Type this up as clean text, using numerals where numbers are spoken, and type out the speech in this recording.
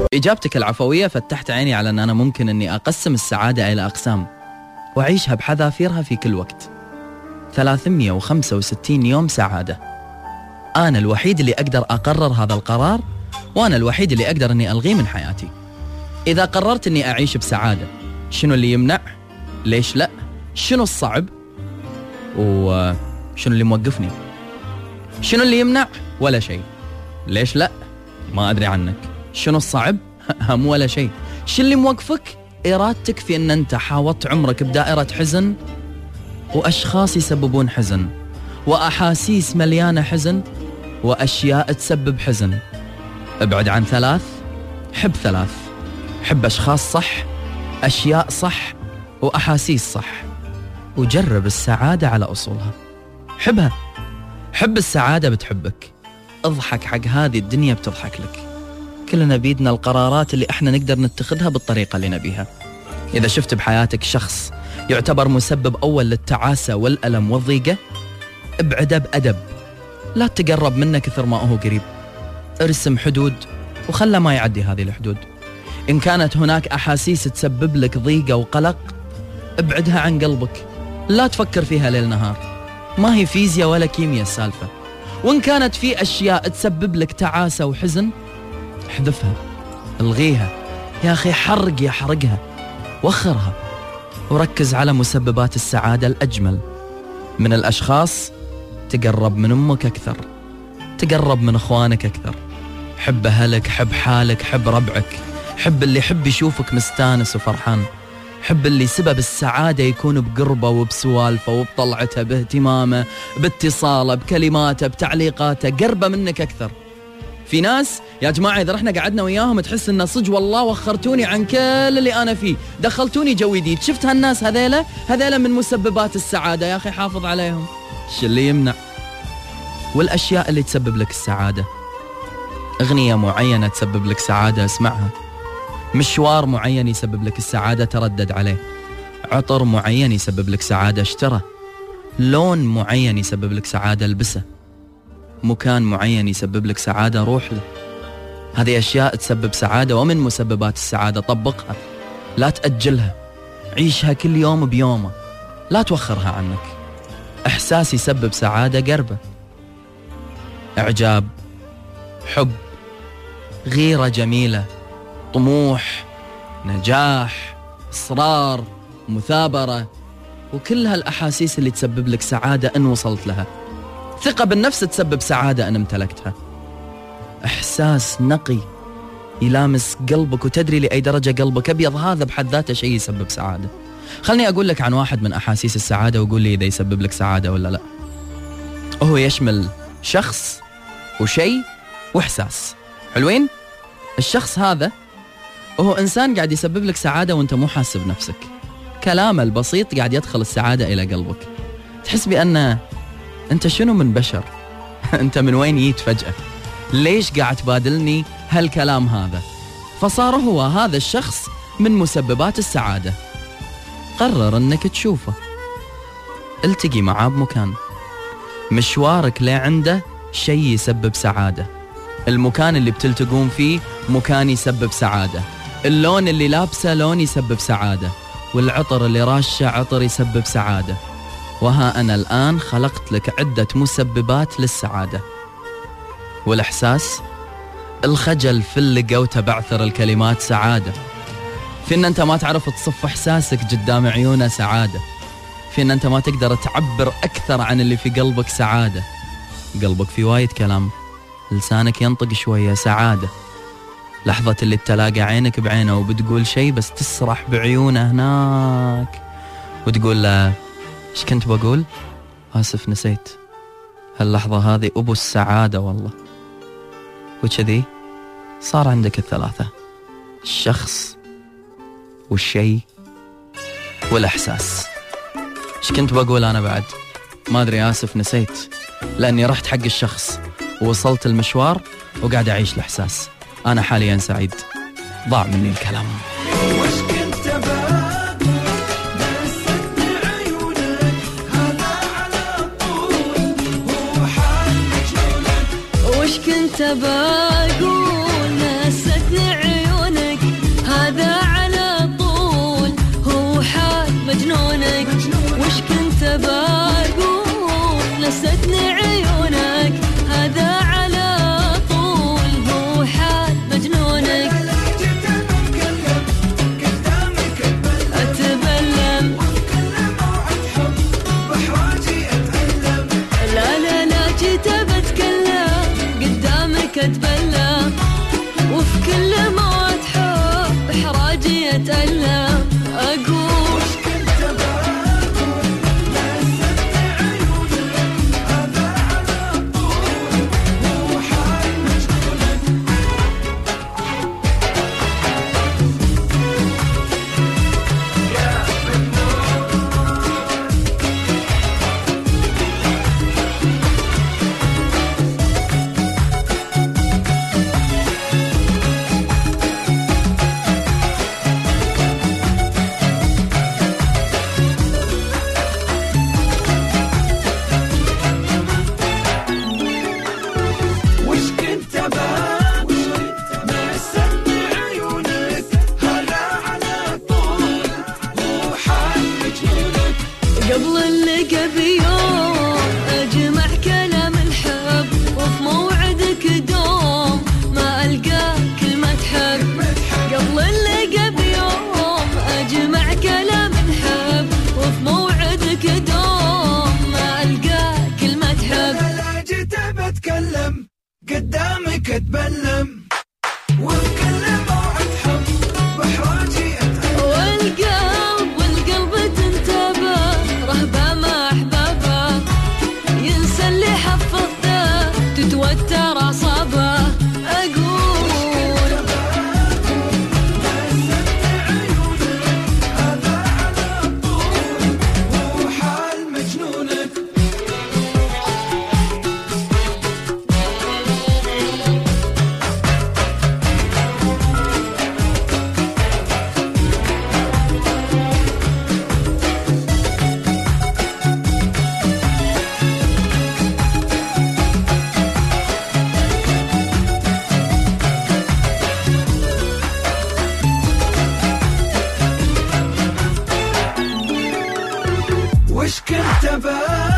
إجابتك العفوية فتحت عيني على أن أنا ممكن أني أقسم السعادة إلى أقسام وأعيشها بحذافيرها في كل وقت. 365 يوم سعادة. أنا الوحيد اللي أقدر أقرر هذا القرار، وأنا الوحيد اللي أقدر أني ألغيه من حياتي. إذا قررت أني أعيش بسعادة، شنو اللي يمنع؟ ليش لا؟ شنو الصعب؟ وشنو اللي موقفني؟ شنو اللي يمنع؟ ولا شيء. ليش لا؟ ما أدري عنك. شنو الصعب؟ هم ولا شيء. شو اللي موقفك؟ إرادتك في أن أنت حاوطت عمرك بدائرة حزن وأشخاص يسببون حزن وأحاسيس مليانة حزن وأشياء تسبب حزن. ابعد عن ثلاث، حب ثلاث. حب أشخاص صح، أشياء صح، وأحاسيس صح، وجرب السعادة على أصولها. حبها، حب السعادة بتحبك. اضحك حق هذه الدنيا بتضحك لك. كلنا بيدنا القرارات اللي احنا نقدر نتخذها بالطريقة اللي نبيها. إذا شفت بحياتك شخص يعتبر مسبب أول للتعاسة والألم والضيقة، ابعده بأدب. لا تقرب منه كثر ما هو قريب. ارسم حدود وخله ما يعدي هذه الحدود. إن كانت هناك أحاسيس تسبب لك ضيقة وقلق، ابعدها عن قلبك. لا تفكر فيها ليل نهار. ما هي فيزياء ولا كيمياء السالفة. وإن كانت في أشياء تسبب لك تعاسة وحزن، احذفها، الغيها. يا أخي حرق يا حرقها، وخرها، وركز على مسببات السعادة الأجمل. من الأشخاص تقرب من أمك أكثر، تقرب من أخوانك أكثر. حب أهلك، حب حالك، حب ربعك. حب اللي يحب يشوفك مستانس وفرحان. حب اللي سبب السعادة يكون بقربه وبسوالفه وبطلعته، باهتمامه، باتصاله، بكلماته، بتعليقاته. قربه منك أكثر. في ناس يا جماعة إذا رحنا قعدنا وياهم تحس إنه صج والله وخرتوني عن كل اللي أنا فيه، دخلتوني جو جديد. شفت هالناس هذيلا من مسببات السعادة. يا أخي حافظ عليهم. شو اللي يمنع؟ والأشياء اللي تسبب لك السعادة، أغنية معينة تسبب لك سعادة اسمعها. مشوار معين يسبب لك السعادة تردد عليه. عطر معين يسبب لك سعادة اشتره. لون معين يسبب لك سعادة البسه. مكان معين يسبب لك سعادة روح له. هذه أشياء تسبب سعادة ومن مسببات السعادة. طبقها، لا تأجلها، عيشها كل يوم بيومه، لا توخرها عنك. إحساس يسبب سعادة قربه. إعجاب، حب، غيرة جميلة، طموح، نجاح، إصرار، مثابرة، وكل هالأحاسيس اللي تسبب لك سعادة إن وصلت لها. ثقة بالنفس تسبب سعادة إن امتلكتها. إحساس نقي يلامس قلبك وتدري لأي درجة قلبك أبيض، هذا بحد ذاته شيء يسبب سعادة. خلني أقول لك عن واحد من أحاسيس السعادة وقول لي إذا يسبب لك سعادة ولا لا. وهو يشمل شخص وشيء وإحساس. حلوين؟ الشخص هذا وهو إنسان قاعد يسبب لك سعادة وأنت مو حاسس بنفسك. كلامه البسيط قاعد يدخل السعادة إلى قلبك. تحس بأن أنت شنو من بشر؟ أنت من وين جيت فجأة؟ ليش قاعد تبادلني هالكلام هذا؟ فصار هو هذا الشخص من مسببات السعادة. قرر أنك تشوفه، التقي معاه بمكان، مشوارك لعنده شيء يسبب سعادة. المكان اللي بتلتقون فيه مكان يسبب سعادة. اللون اللي لابسه لون يسبب سعادة. والعطر اللي راشه عطر يسبب سعادة. وها أنا الآن خلقت لك عدة مسببات للسعادة. والإحساس، الخجل في اللقا وتبعثر الكلمات سعادة. في أن أنت ما تعرف تصف إحساسك قدام عيونه سعادة. في أن أنت ما تقدر تعبر أكثر عن اللي في قلبك سعادة. قلبك في وايد كلام، لسانك ينطق شوية سعادة. لحظة اللي تلاقى عينك بعينه وبتقول شيء بس تسرح بعيونه هناك وتقول له إيش كنت بقول؟ آسف نسيت. هاللحظة هذه أبو السعادة والله. وكذي صار عندك الثلاثة، الشخص والشيء والإحساس. إيش كنت بقول أنا بعد؟ ما أدري، آسف نسيت، لأني رحت حق الشخص ووصلت المشوار وقاعد أعيش الإحساس. أنا حاليا سعيد، ضاع مني الكلام. وش كنت بقول نستني عيونك الجفاف.